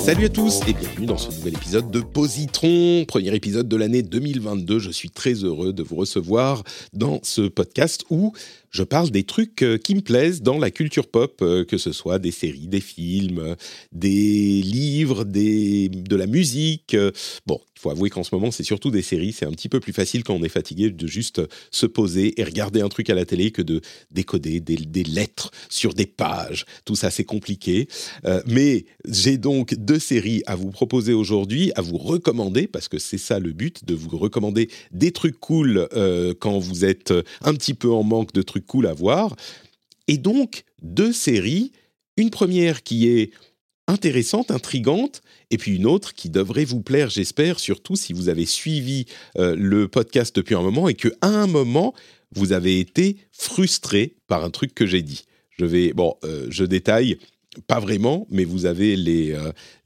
Salut à tous et bienvenue dans ce nouvel épisode de Positron, premier épisode de l'année 2022. Je suis très heureux de vous recevoir dans ce podcast où je parle des trucs qui me plaisent dans la culture pop, que ce soit des séries, des films, des livres, de la musique. Bon, il faut avouer qu'en ce moment, c'est surtout des séries. C'est un petit peu plus facile quand on est fatigué de juste se poser et regarder un truc à la télé que de décoder des lettres sur des pages. Tout ça, c'est compliqué. Mais j'ai donc deux séries à vous proposer aujourd'hui, à vous recommander, parce que c'est ça le but, de vous recommander des trucs cool quand vous êtes un petit peu en manque de trucs cool à voir. Et donc, deux séries, une première qui est intéressante, intrigante, et puis une autre qui devrait vous plaire, j'espère, surtout si vous avez suivi le podcast depuis un moment et qu'à un moment, vous avez été frustré par un truc que j'ai dit. Je détaille, pas vraiment, mais vous avez les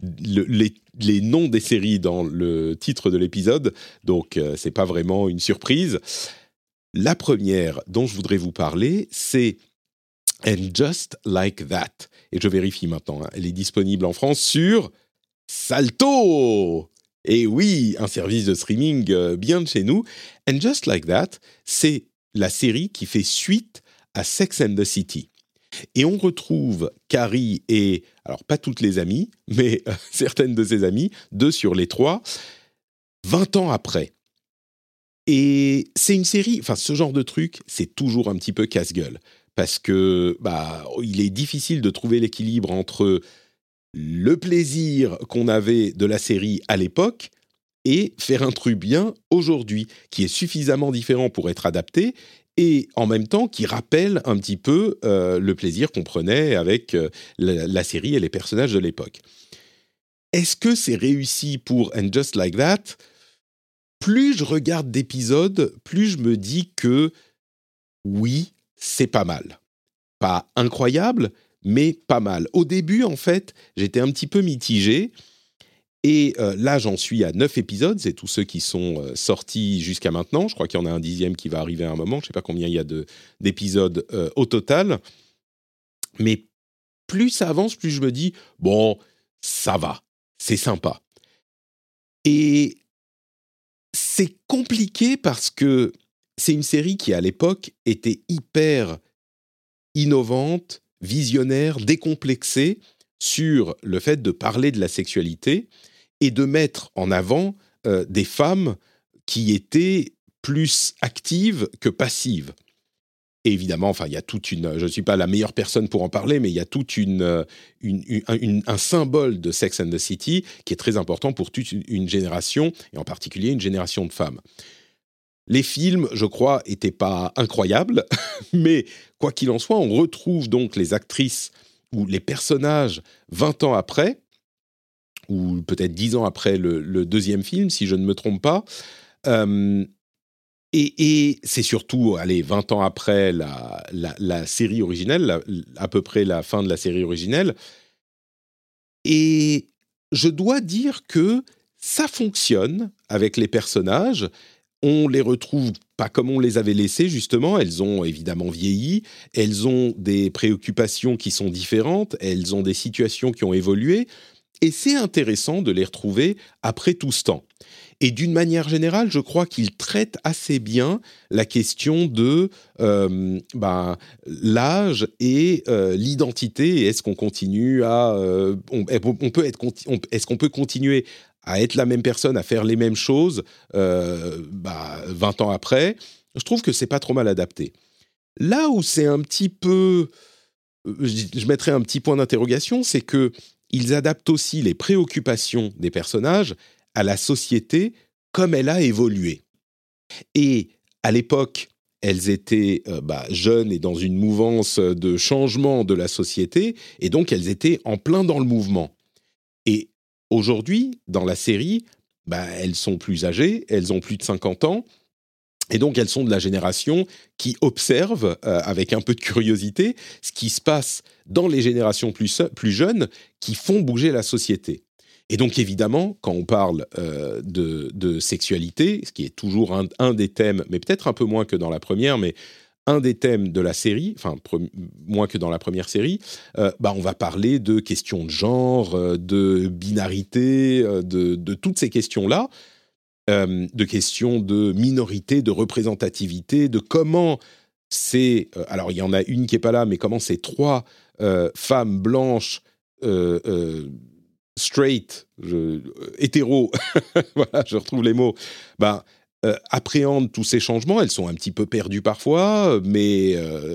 noms des séries dans le titre de l'épisode, donc c'est pas vraiment une surprise. La première dont je voudrais vous parler, c'est And Just Like That. Et je vérifie maintenant, elle est disponible en France sur Salto. Et oui, un service de streaming bien de chez nous. And Just Like That, c'est la série qui fait suite à Sex and the City. Et on retrouve Carrie et, alors pas toutes les amies, mais certaines de ses amies, 2 sur les 3, 20 ans après. Et c'est une série, enfin ce genre de truc, c'est toujours un petit peu casse-gueule. Parce que il est difficile de trouver l'équilibre entre le plaisir qu'on avait de la série à l'époque et faire un truc bien aujourd'hui, qui est suffisamment différent pour être adapté et en même temps qui rappelle un petit peu le plaisir qu'on prenait avec la série et les personnages de l'époque. Est-ce que c'est réussi pour And Just Like That ? Plus je regarde d'épisodes, plus je me dis que oui, c'est pas mal. Pas incroyable, mais pas mal. Au début, en fait, j'étais un petit peu mitigé. Et là, j'en suis à 9 épisodes. C'est tous ceux qui sont sortis jusqu'à maintenant. Je crois qu'il y en a un 10e qui va arriver à un moment. Je ne sais pas combien il y a d'épisodes au total. Mais plus ça avance, plus je me dis, bon, ça va, c'est sympa. Et c'est compliqué parce que c'est une série qui, à l'époque, était hyper innovante, visionnaire, décomplexée sur le fait de parler de la sexualité et de mettre en avant des femmes qui étaient plus actives que passives. Et évidemment, enfin, il y a toute une. Je ne suis pas la meilleure personne pour en parler, mais il y a toute un symbole de Sex and the City qui est très important pour toute une génération, et en particulier une génération de femmes. Les films, je crois, n'étaient pas incroyables, mais quoi qu'il en soit, on retrouve donc les actrices ou les personnages 20 ans après, ou peut-être 10 ans après le deuxième film, si je ne me trompe pas. Et c'est surtout, 20 ans après la série originelle, à peu près la fin de la série originelle. Et je dois dire que ça fonctionne avec les personnages. On les retrouve pas comme on les avait laissés, justement. Elles ont évidemment vieilli, elles ont des préoccupations qui sont différentes, elles ont des situations qui ont évolué, et c'est intéressant de les retrouver après tout ce temps. Et d'une manière générale, je crois qu'ils traitent assez bien la question de l'âge et l'identité. Et est-ce qu'on continue est-ce qu'on peut continuer à être la même personne, à faire les mêmes choses 20 ans après? Je trouve que c'est pas trop mal adapté. Là où c'est un petit peu... je mettrais un petit point d'interrogation, c'est que ils adaptent aussi les préoccupations des personnages à la société comme elle a évolué. Et à l'époque, elles étaient jeunes et dans une mouvance de changement de la société, et donc elles étaient en plein dans le mouvement. Et aujourd'hui, dans la série, elles sont plus âgées, elles ont plus de 50 ans, et donc elles sont de la génération qui observe avec un peu de curiosité ce qui se passe dans les générations plus jeunes qui font bouger la société. Et donc évidemment, quand on parle de sexualité, ce qui est toujours un des thèmes, mais peut-être un peu moins que dans la première, mais un des thèmes de la série, enfin moins que dans la première série, on va parler de questions de genre, de binarité, de toutes ces questions-là, de questions de minorité, de représentativité, de comment alors il y en a une qui est pas là, mais comment ces trois femmes blanches straight, hétéro, voilà, je retrouve les mots, appréhendent tous ces changements. Elles sont un petit peu perdues parfois, mais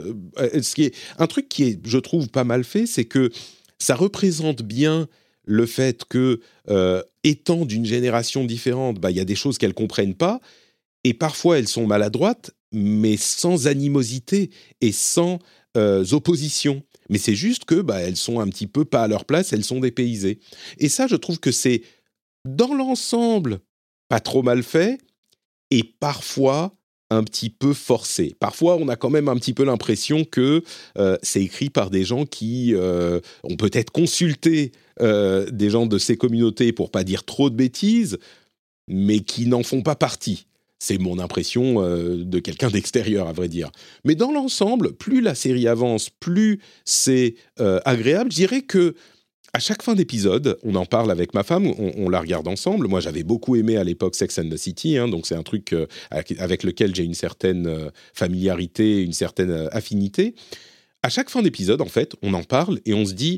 un truc qui est, je trouve, pas mal fait, c'est que ça représente bien le fait que, étant d'une génération différente, il y a des choses qu'elles comprennent pas, et parfois elles sont maladroites, mais sans animosité et sans opposition. Mais c'est juste que elles sont un petit peu pas à leur place, elles sont dépaysées. Et ça, je trouve que c'est, dans l'ensemble, pas trop mal fait, et parfois un petit peu forcé. Parfois, on a quand même un petit peu l'impression que c'est écrit par des gens qui ont peut-être consulté des gens de ces communautés pour pas dire trop de bêtises, mais qui n'en font pas partie. C'est mon impression de quelqu'un d'extérieur, à vrai dire. Mais dans l'ensemble, plus la série avance, plus c'est agréable. Je dirais que à chaque fin d'épisode, on en parle avec ma femme, on la regarde ensemble. Moi, j'avais beaucoup aimé à l'époque Sex and the City, donc c'est un truc avec lequel j'ai une certaine familiarité, une certaine affinité. À chaque fin d'épisode, en fait, on en parle et on se dit,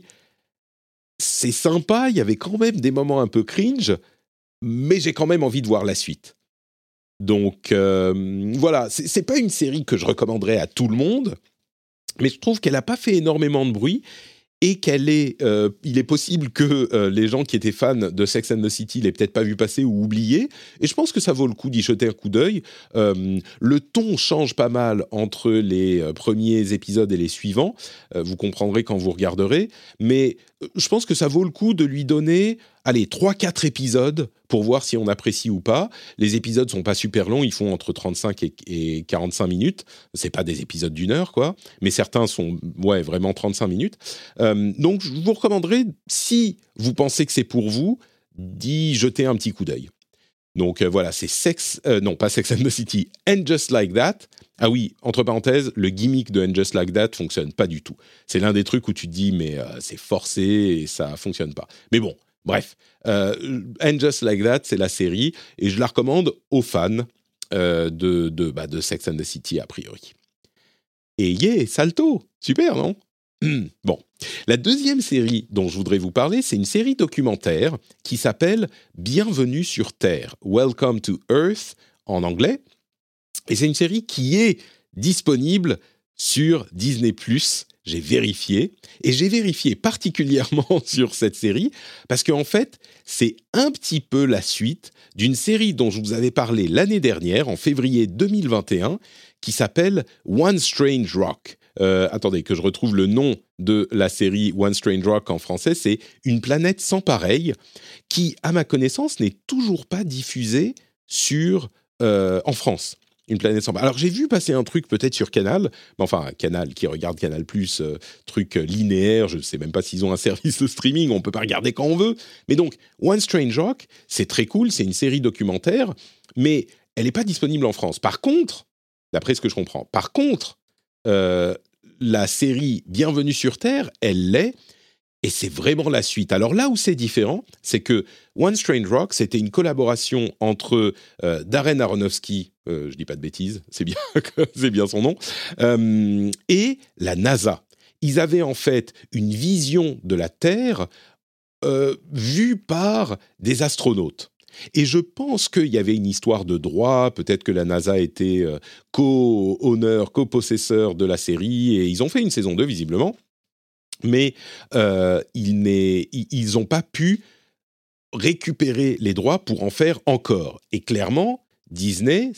c'est sympa, il y avait quand même des moments un peu cringe, mais j'ai quand même envie de voir la suite. Donc voilà, c'est pas une série que je recommanderais à tout le monde, mais je trouve qu'elle n'a pas fait énormément de bruit et il est possible que les gens qui étaient fans de Sex and the City l'aient peut-être pas vu passer ou oublié, et je pense que ça vaut le coup d'y jeter un coup d'œil. Le ton change pas mal entre les premiers épisodes et les suivants, vous comprendrez quand vous regarderez, mais je pense que ça vaut le coup de lui donner, 3-4 épisodes pour voir si on apprécie ou pas. Les épisodes sont pas super longs, ils font entre 35 et 45 minutes. C'est pas des épisodes d'une heure, quoi. Mais certains sont, vraiment 35 minutes. Donc, je vous recommanderais, si vous pensez que c'est pour vous, d'y jeter un petit coup d'œil. Donc, voilà, c'est pas Sex and the City, And Just Like That. Ah oui, entre parenthèses, le gimmick de And Just Like That fonctionne pas du tout. C'est l'un des trucs où tu te dis, mais c'est forcé et ça fonctionne pas. Mais bon, bref. And Just Like That, c'est la série, et je la recommande aux fans de Sex and the City, a priori. Et salto, super, non? Bon, la deuxième série dont je voudrais vous parler, c'est une série documentaire qui s'appelle Bienvenue sur Terre, Welcome to Earth en anglais, et c'est une série qui est disponible sur Disney+. J'ai vérifié, et j'ai vérifié particulièrement sur cette série, parce qu'en fait, c'est un petit peu la suite d'une série dont je vous avais parlé l'année dernière, en février 2021, qui s'appelle One Strange Rock. Attendez, que je retrouve le nom de la série One Strange Rock en français, c'est Une planète sans pareil, qui, à ma connaissance, n'est toujours pas diffusée en France. Une planète sans pareil. Alors, j'ai vu passer un truc peut-être sur Canal, mais enfin, Canal qui regarde Canal+, truc linéaire, je ne sais même pas s'ils ont un service de streaming, on ne peut pas regarder quand on veut. Mais donc, One Strange Rock, c'est très cool, c'est une série documentaire, mais elle n'est pas disponible en France. Par contre, d'après ce que je comprends, la série Bienvenue sur Terre, elle l'est, et c'est vraiment la suite. Alors là où c'est différent, c'est que One Strange Rock, c'était une collaboration entre Darren Aronofsky, je dis pas de bêtises, c'est bien son nom, et la NASA. Ils avaient en fait une vision de la Terre vue par des astronautes. Et je pense qu'il y avait une histoire de droit, peut-être que la NASA était co-possesseur de la série, et ils ont fait une saison 2, visiblement, mais ils n'ont pas pu récupérer les droits pour en faire encore. Et clairement, Disney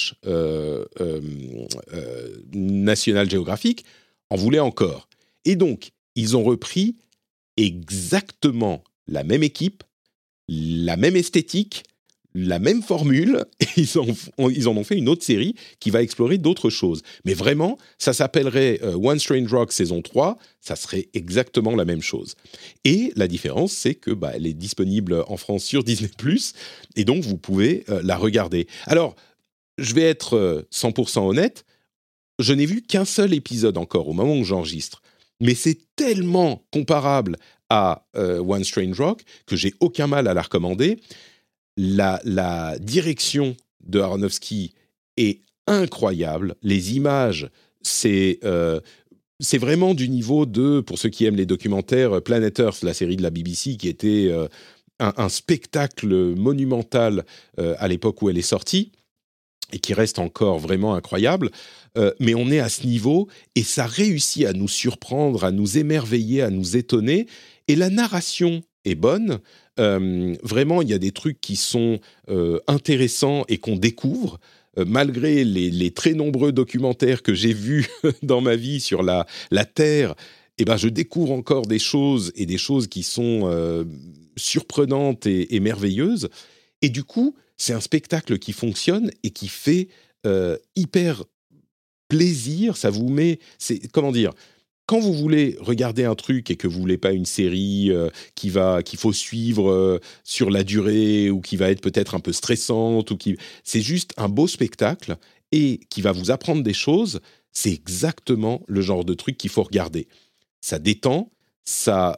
/ National Geographic en voulait encore. Et donc, ils ont repris exactement la même équipe, la même esthétique, la même formule, et ils en ont fait une autre série qui va explorer d'autres choses. Mais vraiment, ça s'appellerait One Strange Rock saison 3, ça serait exactement la même chose. Et la différence, c'est que elle est disponible en France sur Disney+, et donc vous pouvez la regarder. Alors, je vais être 100% honnête, je n'ai vu qu'un seul épisode encore au moment où j'enregistre, mais c'est tellement comparable à One Strange Rock que j'ai aucun mal à la recommander. La direction de Aronofsky est incroyable. Les images, c'est vraiment du niveau de, pour ceux qui aiment les documentaires, Planet Earth, la série de la BBC, qui était un spectacle monumental à l'époque où elle est sortie, et qui reste encore vraiment incroyable. Mais on est à ce niveau, et ça réussit à nous surprendre, à nous émerveiller, à nous étonner. Et la narration est bonne. Vraiment, il y a des trucs qui sont intéressants et qu'on découvre. Malgré les très nombreux documentaires que j'ai vus dans ma vie sur la Terre, eh ben, je découvre encore des choses, et des choses qui sont surprenantes et merveilleuses. Et du coup, c'est un spectacle qui fonctionne et qui fait hyper plaisir. Ça vous met... Comment dire ? Quand vous voulez regarder un truc et que vous voulez pas une série qu'il faut suivre sur la durée, ou qui va être peut-être un peu stressante, c'est juste un beau spectacle et qui va vous apprendre des choses, c'est exactement le genre de truc qu'il faut regarder. Ça détend, ça,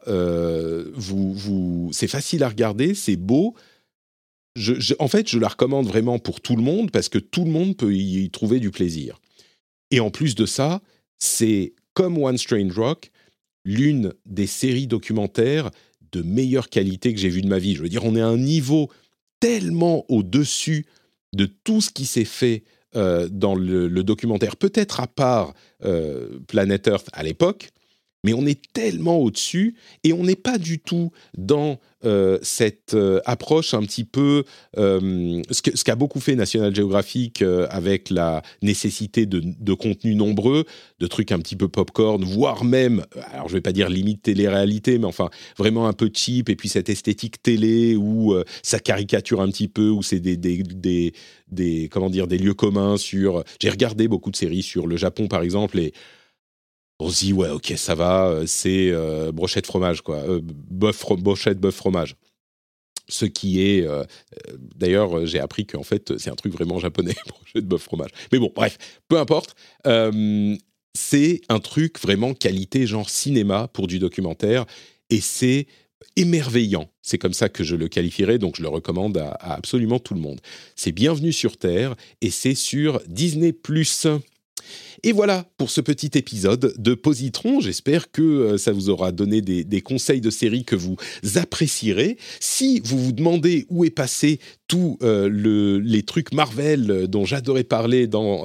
c'est facile à regarder, c'est beau. En fait, je la recommande vraiment pour tout le monde, parce que tout le monde peut y trouver du plaisir. Et en plus de ça, c'est, comme One Strange Rock, l'une des séries documentaires de meilleure qualité que j'ai vues de ma vie. Je veux dire, on est à un niveau tellement au-dessus de tout ce qui s'est fait dans le documentaire, peut-être à part Planet Earth à l'époque, mais on est tellement au-dessus, et on n'est pas du tout dans cette approche un petit peu... ce qu'a beaucoup fait National Geographic avec la nécessité de contenus nombreux, de trucs un petit peu popcorn, voire même, alors je ne vais pas dire limite télé-réalité, mais enfin vraiment un peu cheap, et puis cette esthétique télé où ça caricature un petit peu, où c'est des lieux communs sur... J'ai regardé beaucoup de séries sur le Japon, par exemple, et on se dit, ouais, ok, ça va, c'est brochette fromage, quoi. Brochette bœuf fromage. Ce qui est... d'ailleurs, j'ai appris qu'en fait, c'est un truc vraiment japonais, brochette bœuf fromage. Mais bon, bref, peu importe. C'est un truc vraiment qualité, genre cinéma, pour du documentaire. Et c'est émerveillant. C'est comme ça que je le qualifierais, donc je le recommande à absolument tout le monde. C'est Bienvenue sur Terre, et c'est sur Disney+. Et voilà pour ce petit épisode de Positron. J'espère que ça vous aura donné des conseils de séries que vous apprécierez. Si vous vous demandez où est passé tous les trucs Marvel dont j'adorais parler dans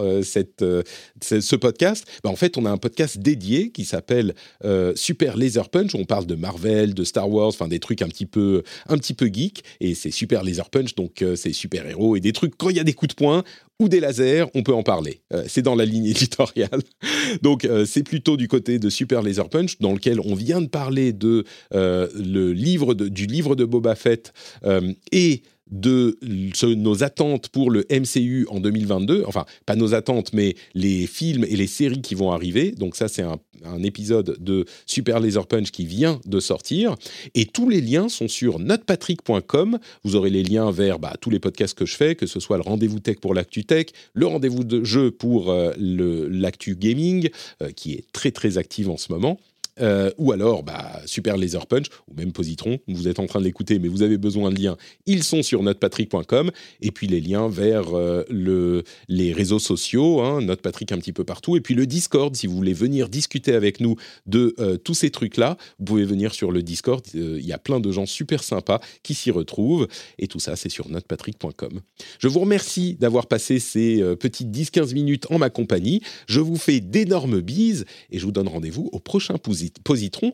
ce podcast, en fait, on a un podcast dédié qui s'appelle Super Laser Punch, où on parle de Marvel, de Star Wars, enfin des trucs un petit peu geek. Et c'est Super Laser Punch, donc c'est super-héros et des trucs, quand il y a des coups de poing ou des lasers, on peut en parler. C'est dans la ligne éditoriale. Donc, c'est plutôt du côté de Super Laser Punch, dans lequel on vient de parler du livre de Boba Fett et de nos attentes pour le MCU en 2022. Enfin, pas nos attentes, mais les films et les séries qui vont arriver. Donc ça, c'est un épisode de Super Laser Punch qui vient de sortir. Et tous les liens sont sur notrepatrick.com. Vous aurez les liens vers tous les podcasts que je fais, que ce soit le rendez-vous tech pour l'actu tech, le rendez-vous de jeu pour l'actu gaming, qui est très très active en ce moment. Ou alors Super Laser Punch, ou même Positron, vous êtes en train de l'écouter mais vous avez besoin de liens, ils sont sur notrepatrick.com, et puis les liens vers les réseaux sociaux, Notrepatrick un petit peu partout, et puis le Discord, si vous voulez venir discuter avec nous de tous ces trucs-là, vous pouvez venir sur le Discord, il y a plein de gens super sympas qui s'y retrouvent, et tout ça c'est sur notrepatrick.com. Je vous remercie d'avoir passé ces petites 10-15 minutes en ma compagnie, je vous fais d'énormes bises, et je vous donne rendez-vous au prochain Positron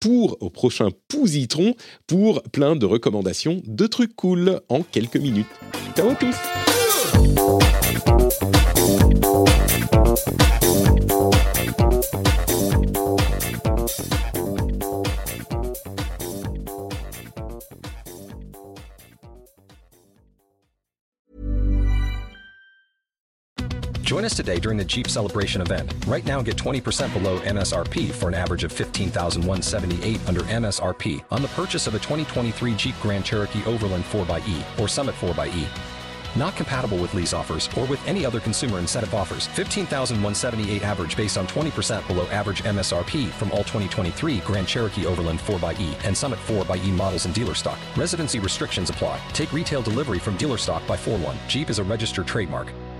pour plein de recommandations de trucs cool en quelques minutes. Ciao à tous. Join us today during the Jeep Celebration event. Right now, get 20% below MSRP for an average of $15,178 under MSRP on the purchase of a 2023 Jeep Grand Cherokee Overland 4xE or Summit 4xE. Not compatible with lease offers or with any other consumer incentive offers. 15,178 average based on 20% below average MSRP from all 2023 Grand Cherokee Overland 4xE and Summit 4xE models in dealer stock. Residency restrictions apply. Take retail delivery from dealer stock by 4/1. Jeep is a registered trademark.